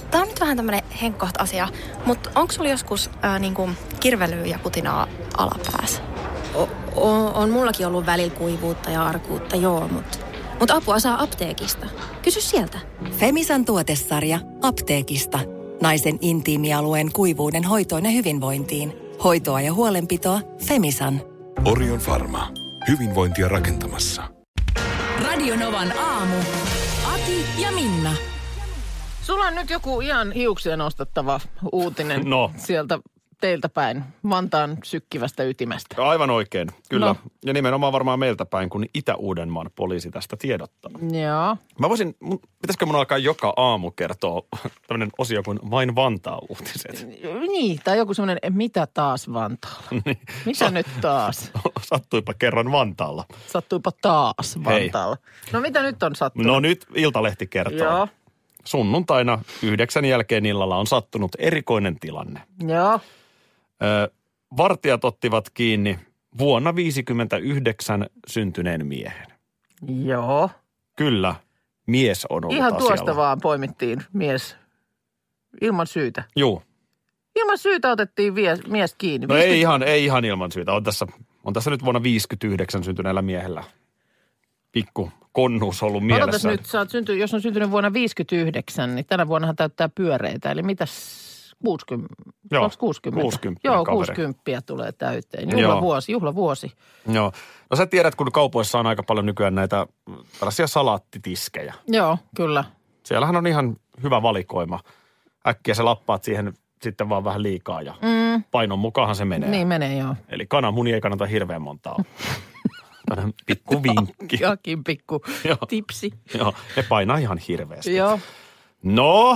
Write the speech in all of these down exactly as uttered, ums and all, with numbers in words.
tää on nyt vähän tämmönen henkkoht asia, mutta onko sulla joskus ää, niinku kirvelyä ja putinaa alapäässä? O- o- on mullakin ollut välillä kuivuutta ja arkuutta, joo, mutta mut apua saa apteekista. Kysy sieltä. Femisan tuotesarja apteekista. Naisen intiimialueen kuivuuden hoitoon ja hyvinvointiin. Hoitoa ja huolenpitoa Femisan. Orion Pharma. Hyvinvointia rakentamassa. Radionovan aamu. Ati ja Minna. Sulla on nyt joku ihan hiuksia nostattava uutinen no. sieltä teiltä päin, Vantaan sykkivästä ytimestä. Aivan oikein, kyllä. No. Ja nimenomaan varmaan meiltä päin, kun Itä-Uudenmaan poliisi tästä tiedottaa. Joo. Mä voisin, pitäisikö mun alkaa joka aamu kertoa tämmöinen osio kuin vain Vantaa uutiset? Niin, tai joku semmoinen, mitä taas Vantaalla? Mitä Sa- nyt taas? Sattuipa kerran Vantaalla. Sattuipa taas Vantaalla. Hei. No mitä nyt on sattunut? No nyt Iltalehti kertoo. Joo. Sunnuntaina yhdeksän jälkeen illalla on sattunut erikoinen tilanne. Joo. Ö, vartijat ottivat kiinni vuonna viisikymmentäyhdeksän syntyneen miehen. Joo. Kyllä, mies on ollut Ihan asialla. tuosta vaan poimittiin mies ilman syytä. Juu. Ilman syytä otettiin mies, mies kiinni. No ei ihan, ei ihan ilman syytä. On tässä, on tässä nyt vuonna viisikymmentäyhdeksän syntyneellä miehellä pikku konnuus ollut mielessä. Odotas nyt, sä oot synty, jos on syntynyt vuonna viisikymmentäyhdeksän, niin tänä vuonnahan täyttää pyöreitä. Eli mitäs kuusikymmentä? Joo, Onko kuusikymmentä? kuusikymmentä Joo, kaveri. kuusikymmentä tulee täyteen. Juhlavuosi, juhlavuosi. Joo. No sä tiedät, kun kaupoissa on aika paljon nykyään näitä tällaisia salaattitiskejä. Joo, kyllä. Siellähän on ihan hyvä valikoima. Äkkiä sä lappaat siihen sitten vaan vähän liikaa ja mm. painon mukaanhan se menee. Niin menee, joo. Eli kananmunia ei kannata hirveän montaa. Tällainen pikku vinkki. Jokin pikku Joo. tipsi. Joo, ne painaa ihan hirveästi. Joo. No,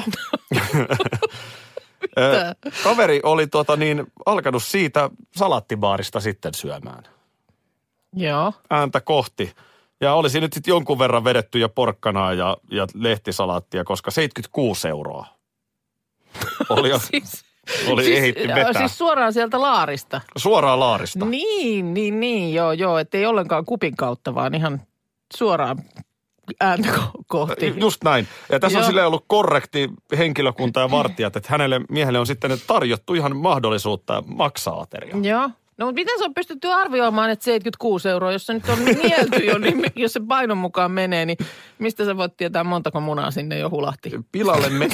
kaveri oli tota niin, alkanut siitä salaattibaarista sitten syömään. Joo. Ääntä kohti. Ja olisi nyt sitten jonkun verran vedetty ja porkkanaa ja, ja lehtisalaattia, koska seitsemänkymmentäkuusi euroa oli, siis, oli siis, ehitty vetää. Siis suoraan sieltä laarista. Suoraan laarista. Niin, niin, niin, joo, joo. Että ei ollenkaan kupin kautta, vaan ihan suoraan ääntä kohti. Just näin. Ja tässä Joo. on silleen ollut korrekti henkilökunta ja vartijat, että hänelle miehelle on sitten tarjottu ihan mahdollisuutta maksaa ateria. Joo. No mutta miten se on pystytty arvioimaan, että seitsemänkymmentäkuusi euroa, jos se nyt on mielty jo, niin jos se painon mukaan menee, niin mistä sä voit tietää montako munaa sinne jo hulahti? Pilalle me...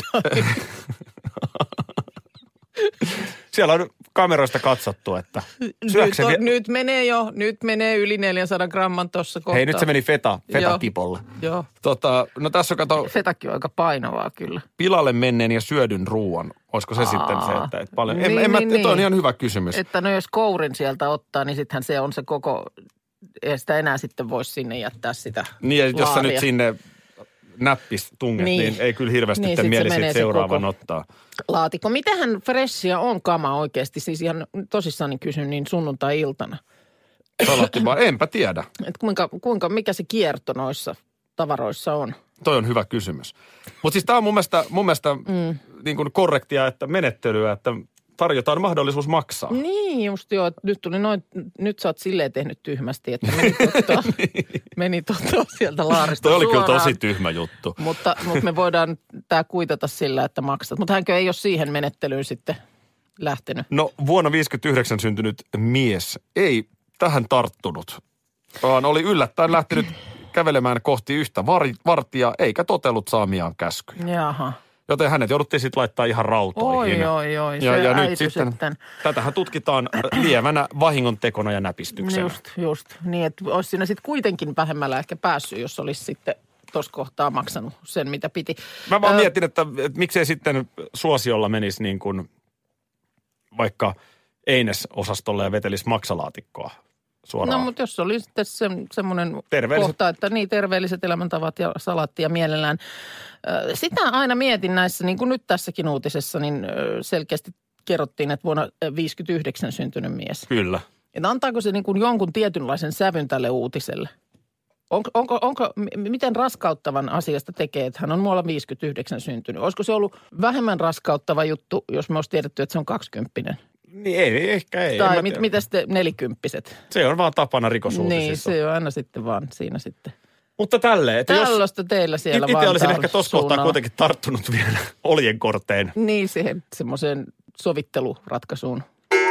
Siellä on kameroista katsottu, että Nyt, se on, vie... nyt menee jo, nyt menee yli neljäsataa gramman tuossa kohtaa. Hei, nyt se meni feta, feta-kipolle. Joo. Tota, no tässä on kato... Fetakin on aika painavaa kyllä. Pilalle menneen ja syödyn ruuan. Olisiko se Aa, sitten se, että, että paljon... Niin, en, en mä, niin, toi on niin. ihan hyvä kysymys. Että no jos kourin sieltä ottaa, niin sittenhän se on se koko... Ei sitä enää sitten voisi sinne jättää sitä Niin, ja jos sä laaria. nyt sinne näppis tunget, niin, Niin. niin ei kyllä hirveästi Niin, niin, sit se mieli menee siitä se seuraavan koko- ottaa. Laatikko. Mitähän freshia on kama oikeasti? Siis ihan tosissaan kysyn niin sunnuntai-iltana. Salaattibaari, enpä tiedä. Että kuinka, kuinka, mikä se kierto noissa tavaroissa on? Toi on hyvä kysymys. Mutta siis tää on mun mielestä, mun mielestä mm. niin kuin korrektia että menettelyä, että tarjotaan mahdollisuus maksaa. Niin just joo, että nyt tuli noin, nyt sä oot silleen tehnyt tyhmästi, että meni ottaa, meni ottaa sieltä laarista Toi oli suoraan. kyllä tosi tyhmä juttu. Mutta, mutta me voidaan tää kuitata sillä, että maksat. Mutta hänkö ei ole siihen menettelyyn sitten lähtenyt? No vuonna viisikymmentäyhdeksän syntynyt mies ei tähän tarttunut, vaan oli yllättäen lähtenyt kävelemään kohti yhtä var- vartijaa, eikä totellut saamiaan käskyjä. Jaha. Joten hänet jouduttiin sitten laittaa ihan rautoihin. Oi, oi, oi. Se Ja, ja nyt äity sitten, sitten. tätähän tutkitaan lievänä vahingontekona ja näpistyksenä. Just, just. Niin, että olisi siinä sitten kuitenkin vähemmällä ehkä päässyt, jos olisi sitten tuossa kohtaa maksanut sen, mitä piti. Mä vaan Ö, mietin, että, että miksei sitten suosiolla menisi niin kuin vaikka Eines-osastolle ja vetelisi maksalaatikkoa suoraan. No, mutta jos oli sitten se, semmoinen Terveelliset- kohta, että niin terveelliset elämäntavat ja salaattia mielellään. Ö, Sitä aina mietin näissä, niin kuin nyt tässäkin uutisessa, niin ö, selkeästi kerrottiin, että vuonna viisikymmentäyhdeksän syntynyt mies. Kyllä. Että antaako se niin kuin jonkun tietynlaisen sävyn tälle uutiselle? Onko, onko, onko, m- miten raskauttavan asiasta tekee, että hän on muualla viisikymmentäyhdeksän syntynyt? Olisiko se ollut vähemmän raskauttava juttu, jos me olisi tiedetty, että se on kaksikymppinen? Niin ei, ehkä ei. En Tai mä mit, tiedä. mitä sitten nelikymppiset? Se on vaan tapana Niin, rikosuutisissa. se on aina sitten vaan siinä sitten Mutta tälleen. Että tällaista teillä siellä Itse Vantaan olisin ehkä tuossa kohtaa suunnalla. kuitenkin tarttunut vielä oljenkorteen. Niin, siihen semmoiseen sovitteluratkaisuun.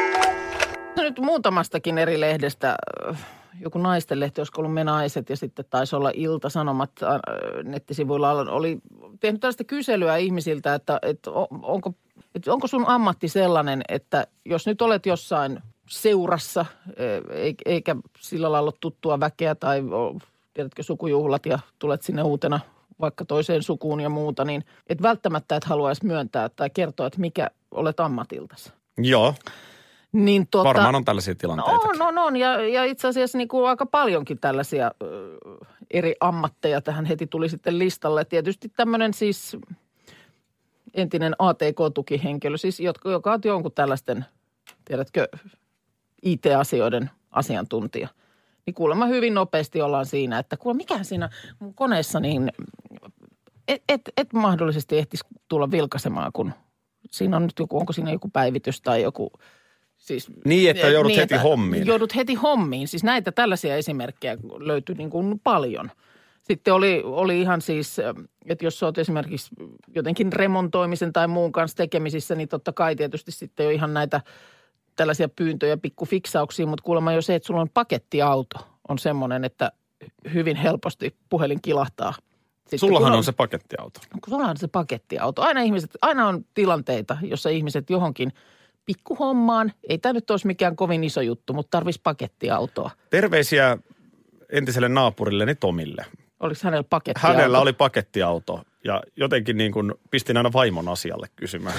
No nyt muutamastakin eri lehdestä, joku naisten lehti, olisiko ollut Me Naiset ja sitten taisi olla Ilta-Sanomat nettisivuilla, oli tehnyt tällaista kyselyä ihmisiltä, että, että onko, että onko sun ammatti sellainen, että jos nyt olet jossain seurassa eikä sillä lailla ole tuttua väkeä tai tiedätkö sukujuhlat ja tulet sinne uutena vaikka toiseen sukuun ja muuta, niin et välttämättä et haluaisi myöntää tai kertoa, että mikä olet ammatiltasi. Joo. Niin tuota, varmaan on tällaisia tilanteita. On, on, on. Ja, ja itse asiassa niin kuin aika paljonkin tällaisia ö, eri ammatteja tähän heti tuli sitten listalle. Tietysti tämmöinen siis entinen A T K-tukihenkilö, siis jotka, joka on jonkun tällaisten, tiedätkö, I T-asioiden asiantuntija. Niin kuulemma hyvin nopeasti ollaan siinä, että kuule mikä siinä mun koneessa niin et, et, et mahdollisesti ehtisi tulla vilkaisemaan, kun siinä on nyt joku, onko siinä joku päivitys tai joku. Siis, niin, että joudut niin, heti että hommiin. Joudut heti hommiin. Siis näitä tällaisia esimerkkejä löytyi niin kuin paljon. Sitten oli, oli ihan siis, että jos olet esimerkiksi jotenkin remontoimisen tai muun kanssa tekemisissä, niin totta kai tietysti sitten jo ihan näitä tällaisia pyyntöjä, pikkufiksauksia, mutta kuulemma jo se, että sulla on pakettiauto, on semmoinen, että hyvin helposti puhelin kilahtaa. Sitten, Sullahan on, on se pakettiauto. Kun sulla on se pakettiauto. Aina ihmiset, aina on tilanteita, jossa ihmiset johonkin pikkuhommaan. Ei tämä nyt olisi mikään kovin iso juttu, mutta tarvitsisi pakettiautoa. Terveisiä entiselle naapurilleni Tomille. Oliko hänellä pakettiauto? Hänellä oli pakettiauto ja jotenkin niin kuin pistin aina vaimon asialle kysymään.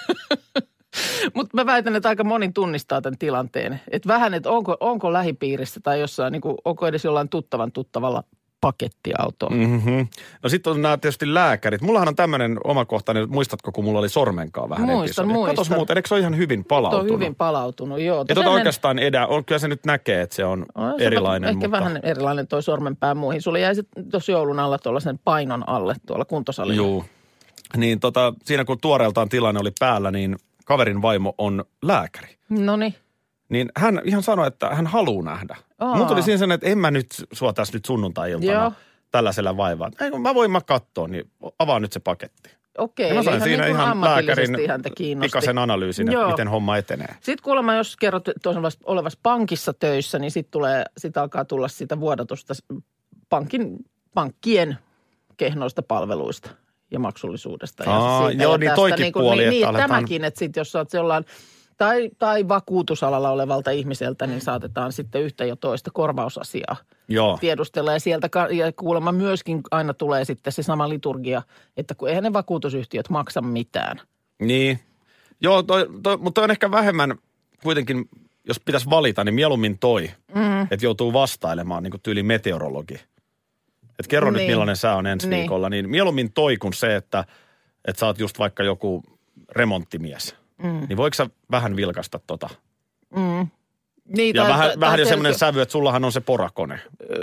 Mutta mä väitän, että aika moni tunnistaa tämän tilanteen. Että vähän, että onko, onko lähipiirissä tai jossain, niin kuin, onko edes jollain tuttavan tuttavalla pakettiautoa. Mm-hmm. No sitten on nämä tietysti lääkärit. Mullahan on tämmöinen omakohtainen, muistatko kun mulla oli sormenkaan vähän Muistan, episodi? muistan. Katos muuten, eikö se ole ihan hyvin palautunut? Se on hyvin palautunut, joo. Ja tota oikeastaan edä, on, kyllä se nyt näkee, että se on no, se erilainen. Ehkä mutta vähän erilainen toi sormenpää muihin. Sulla jäi tuossa joulun alla tuollaisen painon alle tuolla kuntosalilla. Joo. Niin tota, siinä kun tuoreeltaan tilanne oli päällä, niin kaverin vaimo on lääkäri. Noniin. Niin hän ihan sanoi, että hän haluaa nähdä. Aa. Mun tuli siinä sen, että en mä nyt sua tässä nyt sunnuntai-iltana Joo. tällaisella vaivaa. Ei, kun mä voin mä katsoa, niin avaa nyt se paketti. Okei, Ja mä sain eli siinä ihan, ihan niin lääkärin häntä kiinnosti. pikaisen analyysin, että Joo. miten homma etenee. Sitten kuulemma, jos kerrot tuossa olevassa pankissa töissä, niin sitten tulee, sit alkaa tulla sitä vuodatusta pankin, pankkien kehnoista palveluista ja maksullisuudesta. Ja Aa, siitä joo, ja niin tästä, toikin niin kuin, puoli, niin, että niin, aletaan- tämäkin, että sitten jos olet jollain tai, tai vakuutusalalla olevalta ihmiseltä, niin saatetaan sitten yhtä ja toista korvausasiaa Joo. tiedustella. Ja sieltä ka- ja kuulemma myöskin aina tulee sitten se sama liturgia, että kun eihän ne vakuutusyhtiöt maksa mitään. Niin. Joo, toi, toi, mutta toi on ehkä vähemmän kuitenkin, jos pitäisi valita, niin mieluummin toi, mm. että joutuu vastailemaan niin kuin tyyli meteorologi. Että kerro niin. nyt millainen sää on ensi niin. viikolla, niin mieluummin toi kuin se, että, että sä oot just vaikka joku remonttimies. Mm. Niin voiko sä vähän vilkaista tota? Mm. Niin, Ja tai, vähän, tai, vähän tai jo semmoinen telkö- sävy, että sullahan on se porakone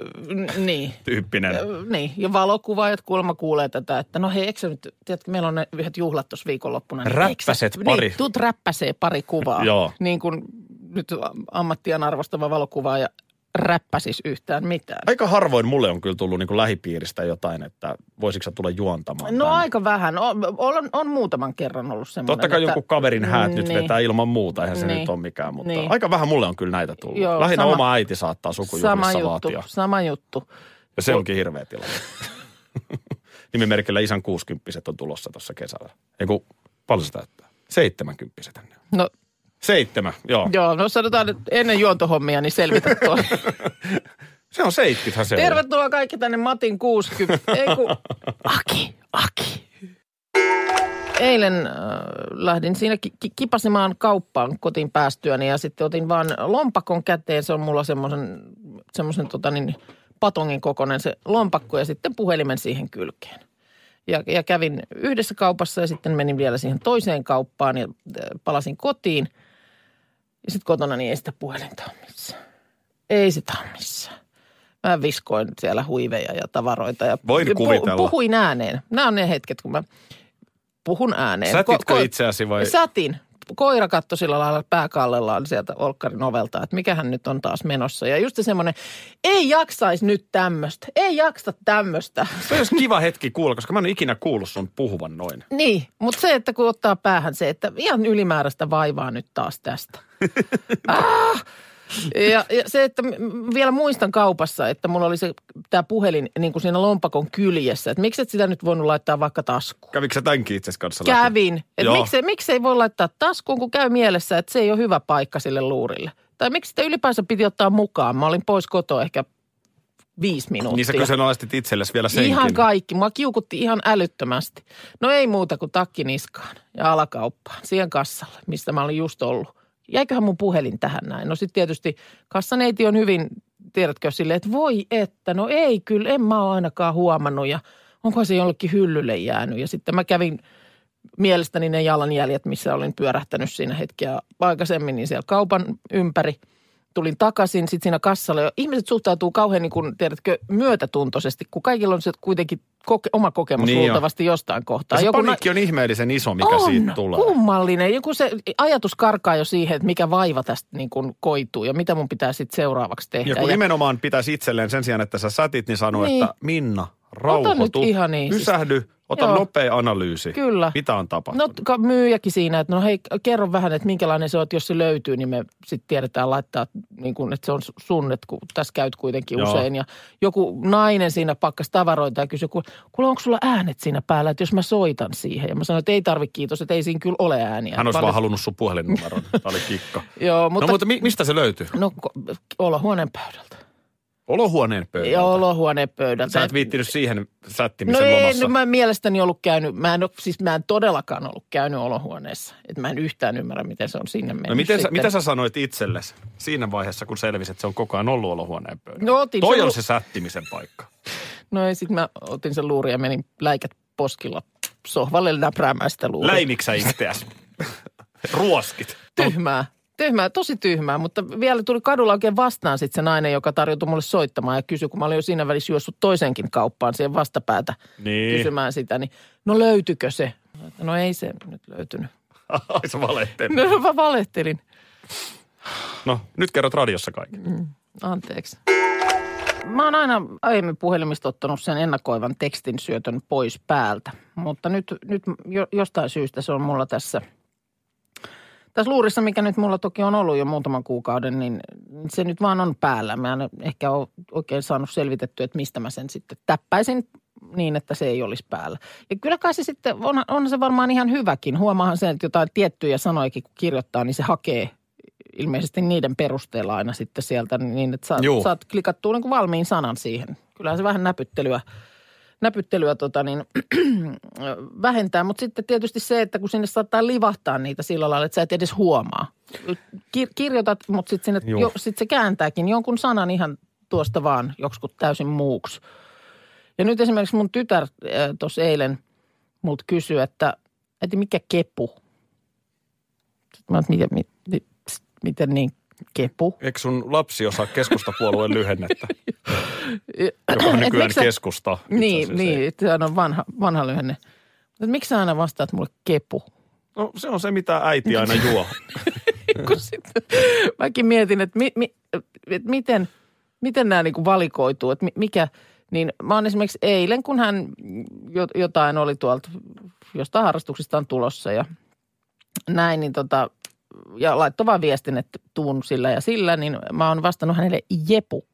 N- Niin. tyyppinen. Niin, ja valokuvaajat kuulemma kuulee tätä, että no hei, eikö sä nyt, tiedätkö, meillä on ne yhdet juhlat tuossa viikonloppuna. Niin Räppäset eikö sä- pari. Niin, tuut räppäsee pari kuvaa. Joo. Niin kuin nyt ammattiaan arvostava valokuvaaja räppäsis yhtään mitään. Aika harvoin mulle on kyllä tullut niin kuin lähipiiristä jotain, että voisitko sä tulla juontamaan No tänne? aika vähän. On, on, on muutaman kerran ollut semmoinen. Totta kai että, joku kaverin häät nyt niin. vetää ilman muuta, eihän se Niin. nyt ole mikään, mutta Niin. aika vähän mulle on kyllä näitä tullut. Joo, Lähinnä sama- oma äiti saattaa Sama sukujuhlissa juttu, vaatia. sama juttu. Ja se onkin hirveä tilanne. Nimimerkillä isän kuusikymppiset on tulossa tuossa kesällä. Eiku, paljon se täyttää? Seitsemänkymppiset tänne. No Seitsemän, joo. joo, no sanotaan, että ennen juontohommia niin selvitä tuo. Se on seitkythän se on. Tervetuloa kaikki tänne Matin kuusikymmentä. Ei kun, Aki, Aki. Eilen äh, lähdin siinä ki- ki- kipasemaan kauppaan kotiin päästyäni ja sitten otin vaan lompakon käteen. Se on mulla semmoisen, semmoisen tota niin, patongin kokoinen se lompakko ja sitten puhelimen siihen kylkeen. Ja, ja kävin yhdessä kaupassa ja sitten menin vielä siihen toiseen kauppaan ja äh, palasin kotiin. Ja sitten kotona niin ei sitä puhelinta ole missään. Ei sitä ole missään. Mä viskoin siellä huiveja ja tavaroita ja Voin pu- kuvitella. puhuin ääneen. Nämä on ne hetket, kun mä puhun ääneen. Sätitkö Ko- ko- itseäsi vai? Sätin. koira katsoi sillä lailla pääkallellaan sieltä olkkarin ovelta, että mikähän nyt on taas menossa. Ja just semmoinen, ei jaksaisi nyt tämmöistä, ei jaksa tämmöistä. Se olisi kiva hetki kuulla, koska mä en ole ikinä kuullut sun puhuvan noin. Niin, mutta se, että kun ottaa päähän se, että ihan ylimääräistä vaivaa nyt taas tästä. ah! Ja, ja se, että vielä muistan kaupassa, että mulla oli se tämä puhelin niin kuin siinä lompakon kyljessä. Että miksi et sitä nyt voinut laittaa vaikka taskuun? Kävikö sä tämänkin itse kanssa läpi? Kävin. Että miksi, miksi ei voi laittaa taskuun, kun käy mielessä, että se ei ole hyvä paikka sille luurille. Tai miksi sitä ylipäänsä piti ottaa mukaan? Mä olin pois kotoa ehkä viisi minuuttia. Niin sä kyseenalaistit itsellesi vielä senkin. Ihan kaikki. Mua kiukutti ihan älyttömästi. No ei muuta kuin takki niskaan ja alakauppaan. Siihen kassalle, mistä mä olin just ollut. Jäiköhän mun puhelin tähän näin? No sitten tietysti kassaneiti on hyvin, tiedätkö, silleen, että voi että, no ei kyllä, en mä ole ainakaan huomannut ja onkohan se jollekin hyllylle jäänyt. Ja sitten mä kävin mielestäni ne jalanjäljet, missä olin pyörähtänyt siinä hetkeä aikaisemmin, niin siellä kaupan ympäri. Tulin takaisin sitten siinä kassalla ja ihmiset suhtautuu kauhean niin kuin, tiedätkö, myötätuntoisesti, kun kaikilla on se kuitenkin koke, oma kokemus niin luultavasti jo jostain kohtaa. Ja se joku paniikki on ihmeellisen iso, mikä on, siitä tulee. kummallinen. Joku se ajatus karkaa jo siihen, että mikä vaiva tästä niin kuin koituu ja mitä mun pitää sitten seuraavaksi tehdä. Ja kun ja nimenomaan pitäisi itselleen sen sijaan, että sä sätit, niin sanoo, niin. että Minna, rauhoitu, pysähdy, ota Joo. nopea analyysi. Kyllä. Mitä on tapahtunut? No myyjäkin siinä, että no hei, kerro vähän, että minkälainen se on, että jos se löytyy, niin me sitten tiedetään laittaa, niin kuin, että se on sun, että kun tässä käyt kuitenkin Joo. usein. Ja joku nainen siinä pakkasi tavaroita ja kysyi, kuule, onko sulla äänet siinä päällä, että jos mä soitan siihen? Ja mä sanoin, että ei tarvitse kiitos, että ei siinä kyllä ole ääniä. Hän olisi Paljon... vaan halunnut sun puhelinnumeron. Tämä oli kikka. Joo, mutta... No mutta mi- mistä se löytyy? No olohuoneen pöydältä. Olohuoneen pöydältä? Joo, olohuoneen pöydältä. Sä et viittinyt siihen sättimisen no lomassa? No ei, no mä en mielestäni ollut käynyt, mä en, siis mä en todellakaan ollut käynyt olohuoneessa. Että mä en yhtään ymmärrä, miten se on sinne mennyt. No miten sä, mitä sä sanoit itsellesi siinä vaiheessa, kun selvisi, että se on koko ajan ollut olohuoneen pöydällä? No, Toi se on lu- se sättimisen paikka. No ei, sit mä otin sen luuri ja menin läikät poskilla sohvalle läpräämään sitä luuria. Läimiksä itseäsi? Ruoskit? Tyhmää. Tyhmää, tosi tyhmää, mutta vielä tuli kadulla oikein vastaan sitten se nainen, joka tarjoutui mulle soittamaan ja kysyi, kun mä olin jo siinä välissä juossut toisenkin kauppaan siihen vastapäätä niin. kysymään sitä, niin no löytyykö se? No ei se nyt löytynyt. Ai sä valehtelin. No mä valehtelin. No nyt kerrot radiossa kaiken. Mm, anteeksi. Mä oon aina aiemmin puhelimista ottanut sen ennakoivan tekstin syötön pois päältä, mutta nyt, nyt jostain syystä se on mulla tässä... Tässä luurissa, mikä nyt mulla toki on ollut jo muutaman kuukauden, niin se nyt vaan on päällä. Mä en ehkä ole oikein saanut selvitettyä, että mistä mä sen sitten täppäisin niin, että se ei olisi päällä. Ja kyllä kai se sitten, on, on se varmaan ihan hyväkin. Huomaahan sen, että jotain tiettyjä sanoikin kun kirjoittaa, niin se hakee ilmeisesti niiden perusteella aina sitten sieltä niin, että saat, saat klikattua niin kuin valmiin sanan siihen. Kyllähän se vähän näpyttelyä. näpyttelyä tota niin, vähentää, mutta sitten tietysti se, että kun sinne saattaa livahtaa niitä sillä lailla, että sä et edes huomaa. Kir- kirjoitat, mutta sitten jo, sit se kääntääkin jonkun sanan ihan tuosta vaan joksikut täysin muuksi. Ja nyt esimerkiksi mun tytär tuossa eilen multa kysyi, että, että mikä kepu? Sitten mä oon, miten, miten, miten niin kepu? Eikö sun lapsi osaa keskustapuolueen lyhennettä? Joka on nykyään sä, keskusta. Niin, niin se on vanha, vanha lyhenne. Mutta miksi sä aina vastaat mulle kepu? No se on se, mitä äiti aina juo. Kun sitten, mäkin mietin, että, mi, mi, että miten, miten nämä niin kuin valikoituu, että mikä, niin mä oon esimerkiksi eilen, kun hän jotain oli tuolta jostain harrastuksistaan tulossa ja näin, niin tota, ja laittoi vaan viestin, että tuun sillä ja sillä, niin mä oon vastannut hänelle jepu.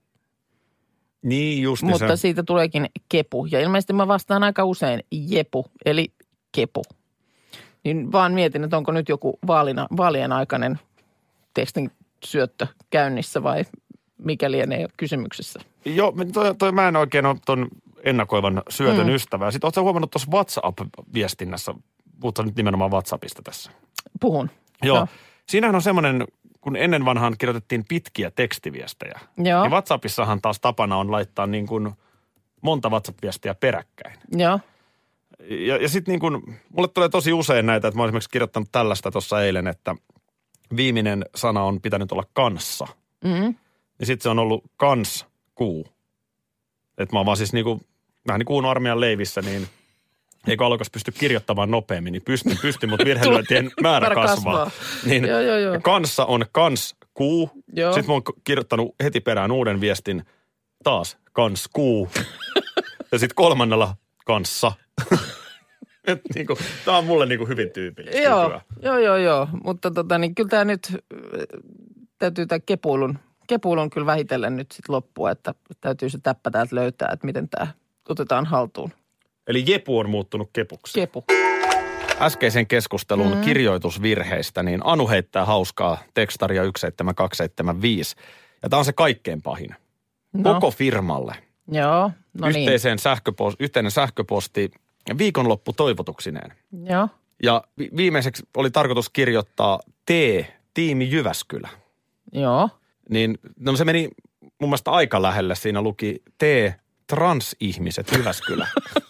Niin, just Mutta se. siitä tuleekin kepu. Ja ilmeisesti mä vastaan aika usein jepu, eli kepu. Niin vaan mietin, että onko nyt joku vaalina, vaalien aikainen tekstin syöttö käynnissä vai mikä lienee kysymyksessä. Joo, toi, toi mä en oikein ole ton ennakoivan syötön mm. ystävää. Sitten ootko sä huomannut tuossa WhatsApp-viestinnässä, puhutaan nyt nimenomaan WhatsAppista tässä. Puhun. Joo. No. Siinähän on semmoinen, kun ennen vanhaan kirjoitettiin pitkiä tekstiviestejä. Joo. Niin WhatsAppissahan taas tapana on laittaa niin kuin monta WhatsApp-viestiä peräkkäin. Joo. Ja, ja sitten niin kuin, mulle tulee tosi usein näitä, että mä oon esimerkiksi kirjoittanut tällaista tuossa eilen, että viimeinen sana on pitänyt olla kanssa. Mm. Ja sitten se on ollut kans kuu. Että mä oon vaan siis niin kuin, vähän niin kuin armeijan leivissä, niin eikö alukas pysty kirjoittamaan nopeammin, niin pystyn, pystyn mutta virhelyöntien määrä Määrä kasvaa. kasvaa. Niin Joo, joo, joo. kanssa on kans kuu. Joo. Sitten mä oon kirjoittanut heti perään uuden viestin taas kans kuu. Ja sitten kolmannella kanssa. Et niinku, tää on mulle niinku hyvin tyypillistä. Joo, nykyään. joo, joo, joo. Mutta tota, niin kyllä tämä nyt äh, täytyy tämä kepuilun, kepuilun kyllä vähitellen nyt sitten loppua, että täytyy se täppä täältä löytää, että miten tämä otetaan haltuun. Eli jepu on muuttunut kepuksi. Kepu. Äskeisen keskustelun mm. kirjoitusvirheistä, niin Anu heittää hauskaa tekstaria yksi seitsemän kaksi seitsemän viisi. Ja tämä on se kaikkein pahin. No. Koko firmalle. Joo, no Yhteiseen sähköpost- yhteinen sähköposti viikonloppu toivotuksineen. niin. Joo. Ja vi- viimeiseksi oli tarkoitus kirjoittaa T, tiimi Jyväskylä. Joo. Niin no se meni mun mielestä aika lähelle. Siinä luki T, transihmiset Jyväskylä.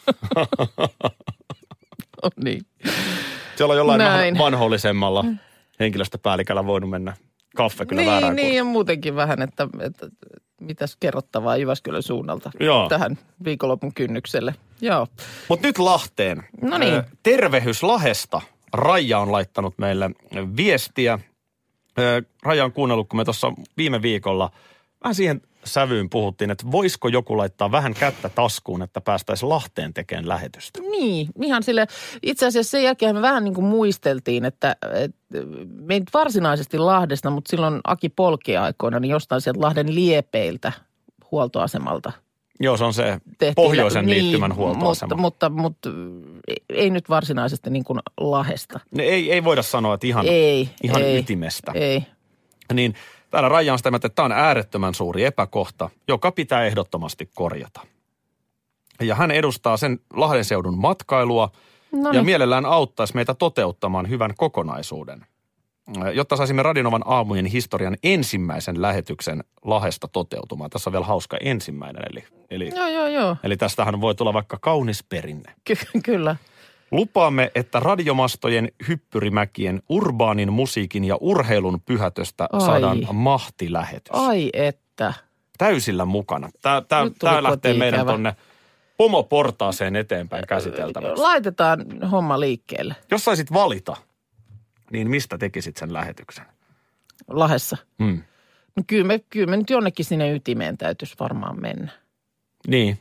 No niin. Siellä on jollain Näin. vähän vanhollisemmalla henkilöstöpäälliköllä voinut mennä kaffe kyllä Niin, väärään niin ja muutenkin vähän, että, että mitäs kerrottavaa Jyväskylän suunnalta Joo. tähän viikonlopun kynnykselle. Joo. Mutta nyt Lahteen. No niin. Ö, Tervehys Lahesta. Raija on laittanut meille viestiä. Ö, Raija on kuunnellut, kun me tuossa viime viikolla vähän siihen sävyyn puhuttiin, että voisiko joku laittaa vähän kättä taskuun, että päästäisiin Lahteen tekemään lähetystä. Niin, ihan sille. Itse asiassa sen jälkeen me vähän niin kuin muisteltiin, että, että me ei nyt varsinaisesti Lahdesta, mutta silloin Aki Polki-aikoina, niin jostain sieltä Lahden liepeiltä huoltoasemalta Joo, se on se tehtiin. pohjoisen niin, liittymän huoltoasema. Mutta, mutta, mutta ei nyt varsinaisesti niin kuin Lahdesta. Ne ei, ei voida sanoa, että ihan, Ei, ihan ei, ytimestä. Ei. Niin täällä Raija on sitä mieltä, että tämä on äärettömän suuri epäkohta, joka pitää ehdottomasti korjata. Ja hän edustaa sen Lahden seudun matkailua No ja niin. mielellään auttaisi meitä toteuttamaan hyvän kokonaisuuden. Jotta saisimme Radionovan aamujen historian ensimmäisen lähetyksen Lahdesta toteutumaan. Tässä on vielä hauska ensimmäinen, eli, eli, Joo, joo, joo. eli tästähän voi tulla vaikka kaunis perinne. Ky- kyllä. Lupaamme, että radiomastojen, hyppyrimäkien, urbaanin musiikin ja urheilun pyhätöstä Ai. saadaan mahtilähetys. Ai että. Täysillä mukana. Tämä, tämä, Nyt tuli tämä lähtee kotiin meidän ikävä. tonne pomoportaaseen eteenpäin käsiteltäväksi. Laitetaan homma liikkeelle Jos saisit valita, niin mistä tekisit sen lähetyksen? Lahdessa. Hmm. No kyllä me, kyllä me nyt jonnekin sinne ytimeen täytyisi varmaan mennä. Niin.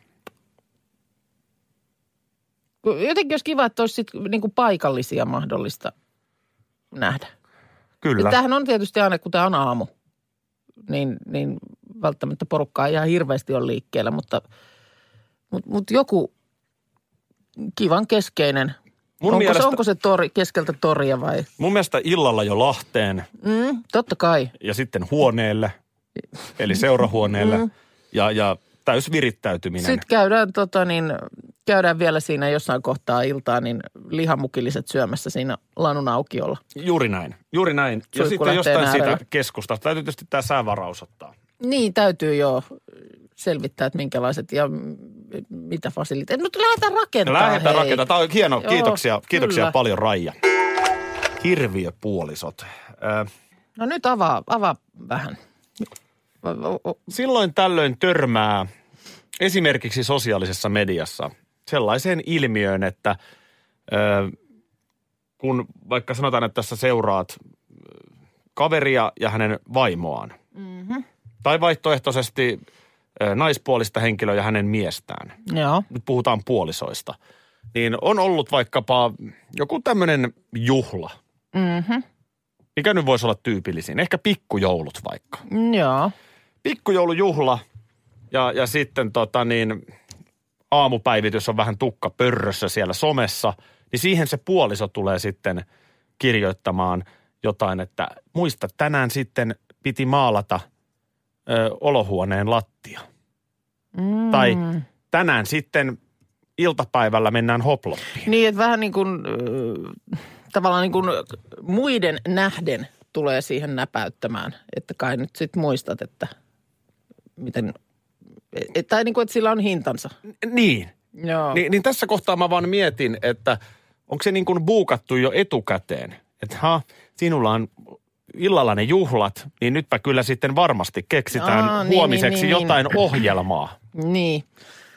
Jotenkin olisi kiva, että olisi sit niinku paikallisia mahdollista nähdä. Kyllä. Tämähän on tietysti aina, kun tämä on aamu, niin, niin välttämättä porukkaa ei ihan hirveästi ole liikkeellä, mutta, mutta, mutta joku kivan keskeinen. Mun onko, mielestä- se, onko se tori, keskeltä toria vai? Mun mielestä illalla jo Lahteen Mm, totta kai. ja sitten huoneelle, eli seurahuoneelle Mm. ja, ja täys virittäytyminen. Sitten käydään, tota, niin, käydään vielä siinä jossain kohtaa iltaa niin lihamukilliset syömässä siinä lanun aukiolla. Juuri näin, juuri näin. Ja Suihku sitten lähtee jostain siitä äärellä. keskustasta täytyy tietysti tämä säävaraus ottaa. Niin, täytyy jo selvittää, että minkälaiset ja m- mitä fasiliteet. Nyt lähdetään rakentamaan. Lähdetään hei. rakentamaan. Tämä on hieno. Joo, Kiitoksia, kiitoksia kyllä. paljon Raija. Hirviöpuolisot. Ö, No nyt avaa, avaa vähän. O- o- Silloin tällöin törmää esimerkiksi sosiaalisessa mediassa sellaiseen ilmiöön, että ö, kun vaikka sanotaan, että tässä seuraat ö, kaveria ja hänen vaimoaan. Mm-hmm. Tai vaihtoehtoisesti ö, naispuolista henkilöä ja hänen miestään. Joo. Nyt puhutaan puolisoista. Niin on ollut vaikkapa joku tämmöinen juhla. Mm-hmm. Mikä nyt voisi olla tyypillisin? Ehkä pikkujoulut vaikka. Joo. Pikkujoulujuhla ja, ja sitten tota niin, aamupäivitys on vähän tukka pörrössä siellä somessa, niin siihen se puoliso tulee sitten kirjoittamaan jotain, että muista tänään sitten piti maalata ö, olohuoneen lattia. Mm. Tai tänään sitten iltapäivällä mennään hoploppiin. Niin, että vähän niin kuin äh, tavallaan niin kuin muiden nähden tulee siihen näpäyttämään. Että kai nyt sitten muistat, että miten, et, tai niin kuin, että sillä on hintansa. Niin. Joo. Ni, niin tässä kohtaa mä vaan mietin, että onko se niin kuin buukattu jo etukäteen. Että ha, sinulla on illalla ne juhlat, niin nytpä kyllä sitten varmasti keksitään Aa, niin, huomiseksi niin, niin, jotain ohjelmaa. Niin.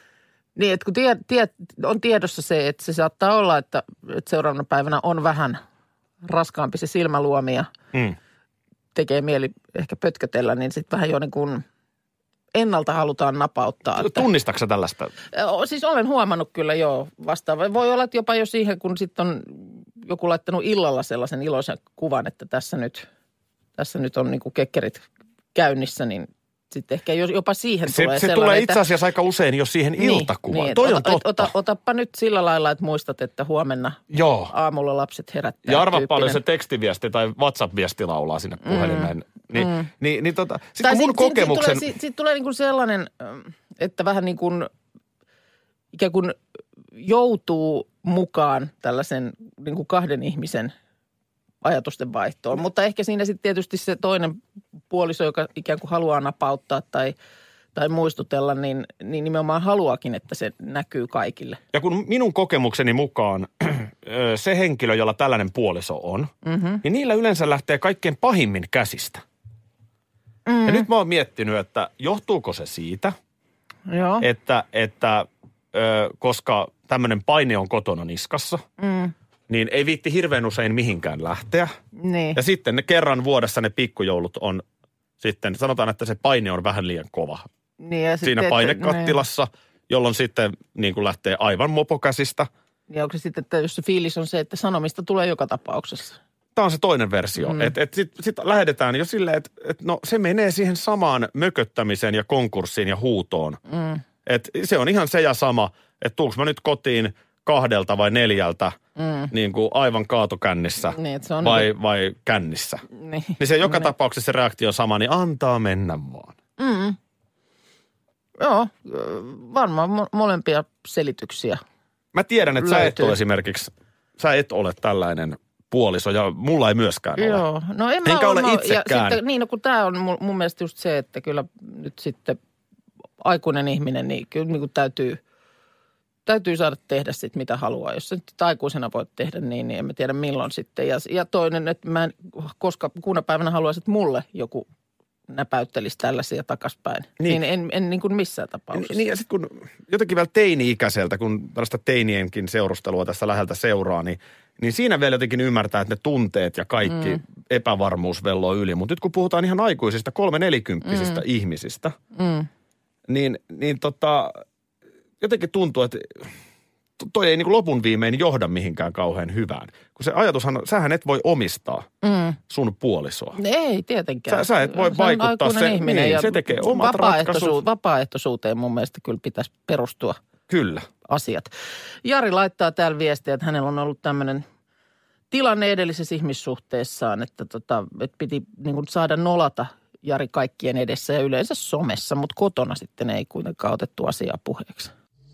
Niin, että kun tie, tie, on tiedossa se, että se saattaa olla, että, että seuraavana päivänä on vähän raskaampi se silmäluomi ja mm. tekee mieli ehkä pötkötellä, niin sitten vähän jo niin kuin ennalta halutaan napauttaa. Tunnistatko sä tällaista? Siis olen huomannut kyllä joo vastaava. Voi olla, että jopa jo siihen, kun sitten on joku laittanut illalla sellaisen iloisen kuvan, että tässä nyt, tässä nyt on niin kuin kekkerit käynnissä, niin sitten ehkä jopa siihen se, tulee se sellainen, tulee itse asiassa aika usein jo siihen niin, iltakuvaan. Niin, Toi on ota, totta. Ota, otappa nyt sillä lailla, että muistat, että huomenna Joo. aamulla lapset herättää. Ja arva tyyppinen. paljon se tekstiviesti tai WhatsApp-viesti laulaa sinne puhelimeen. Mm. Niin, mm. niin, niin tota, sit tai kun mun sit, kokemuksen... Siitä tulee, sit tulee niin kuin sellainen, että vähän niin kuin ikään kuin joutuu mukaan tällaisen niin kuin kahden ihmisen ajatusten vaihtoon. Mutta ehkä siinä sitten tietysti se toinen puoliso, joka ikään kuin haluaa napauttaa tai, tai muistutella, niin, niin nimenomaan haluakin, että se näkyy kaikille. Ja kun minun kokemukseni mukaan se henkilö, jolla tällainen puoliso on, mm-hmm. niin niillä yleensä lähtee kaikkein pahimmin käsistä. Mm-hmm. Ja nyt mä oon miettinyt, että johtuuko se siitä, Joo. että, että ö, koska tämmöinen paine on kotona niskassa, mm. niin ei viitti hirveän usein mihinkään lähteä. Niin. Ja sitten ne kerran vuodessa ne pikkujoulut on sitten, sanotaan, että se paine on vähän liian kova. Niin ja siinä sitten, painekattilassa, niin. jolloin sitten niin kuin lähtee aivan mopokäsistä. Ja onko se sitten, että jos se fiilis on se, että sanomista tulee joka tapauksessa? Tämä on se toinen versio. Mm. Että et sitten sit lähdetään jo silleen, että et no se menee siihen samaan mököttämiseen ja konkurssiin ja huutoon. Mm. Että se on ihan se ja sama, että tuunko mä nyt kotiin kahdelta vai neljältä mm. niin kuin aivan kaatokännissä niin, se on vai, niin. vai kännissä. Niin, niin se joka niin. tapauksessa se reaktio on sama, niin antaa mennä vaan. Mm. Joo, varmaan mo- molempia selityksiä. Mä tiedän, että löytyy. Sä et ole esimerkiksi, sä et ole tällainen puoliso ja mulla ei myöskään ole. Joo, no en mä Enkä ole, ole itsekään. Ja sitten, niin, no kun tää on mun, mun mielestä just se, että kyllä nyt sitten aikuinen ihminen, niin kyllä niin kuin täytyy, täytyy saada tehdä sitten mitä haluaa. Jos sä nyt aikuisena voit tehdä niin, niin en mä tiedä milloin sitten. Ja, ja toinen, että mä en, koska kuuna päivänä haluaisin, että mulle joku näpäyttelisi tällaisia takaspäin. Niin, niin en, en niin kuin missään tapauksessa. Niin ja sitten kun jotenkin vielä teini-ikäiseltä, kun tällaista teinienkin seurustelua tässä läheltä seuraa, niin, niin siinä vielä jotenkin ymmärtää, että ne tunteet ja kaikki mm. epävarmuus velloo yli. Mutta nyt kun puhutaan ihan aikuisista, kolme nelikymppisistä mm. ihmisistä, mm. niin, niin tota, jotenkin tuntuu, että toi ei niin kuin lopun viimein johda mihinkään kauhean hyvään. Kun se ajatushan, sähän et voi omistaa mm. sun puolisoa. Ei tietenkään. Sä, sä et voi se vaikuttaa se, ihminen niin, ja se tekee omat vapaaehtoisu- ratkaisut. Vapaaehtoisuuteen mun mielestä kyllä pitäisi perustua kyllä. asiat. Jari laittaa täällä viestiä, että hänellä on ollut tämmöinen tilanne edellisessä ihmissuhteessaan, että, tota, että piti niin kuin saada nolata Jari kaikkien edessä ja yleensä somessa, mutta kotona sitten ei kuitenkaan otettu asiaa puheeksi.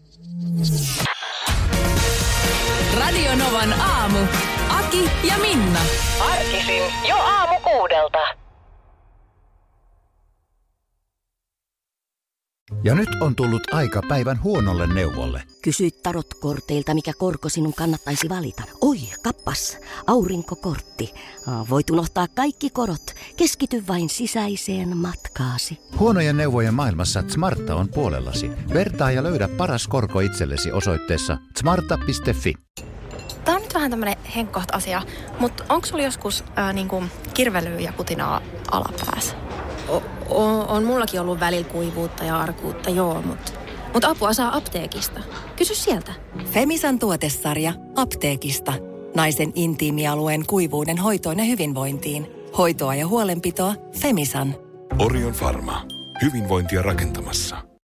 Radio Novan aamu. Aki ja Minna. Arkisin jo aamu kuudelta. Ja nyt on tullut aika päivän huonolle neuvolle. Kysy tarotkorteilta, mikä korko sinun kannattaisi valita. Oi, kappas, aurinkokortti. Voit unohtaa kaikki korot. Keskity vain sisäiseen matkaasi. Huonojen neuvojen maailmassa Smarta on puolellasi. Vertaa ja löydä paras korko itsellesi osoitteessa smarta piste fi. Tämä on nyt vähän tämmöinen henkkoht asia, mutta onko sulla joskus ää, niinku kirvelyä ja putinaa alapäässä? O- o- on mullakin ollut välillä kuivuutta ja arkuutta, joo, mutta mut apua saa apteekista. Kysy sieltä. Femisan tuotesarja apteekista. Naisen intiimialueen kuivuuden hoitoon ja hyvinvointiin. Hoitoa ja huolenpitoa Femisan. Orion Pharma. Hyvinvointia rakentamassa.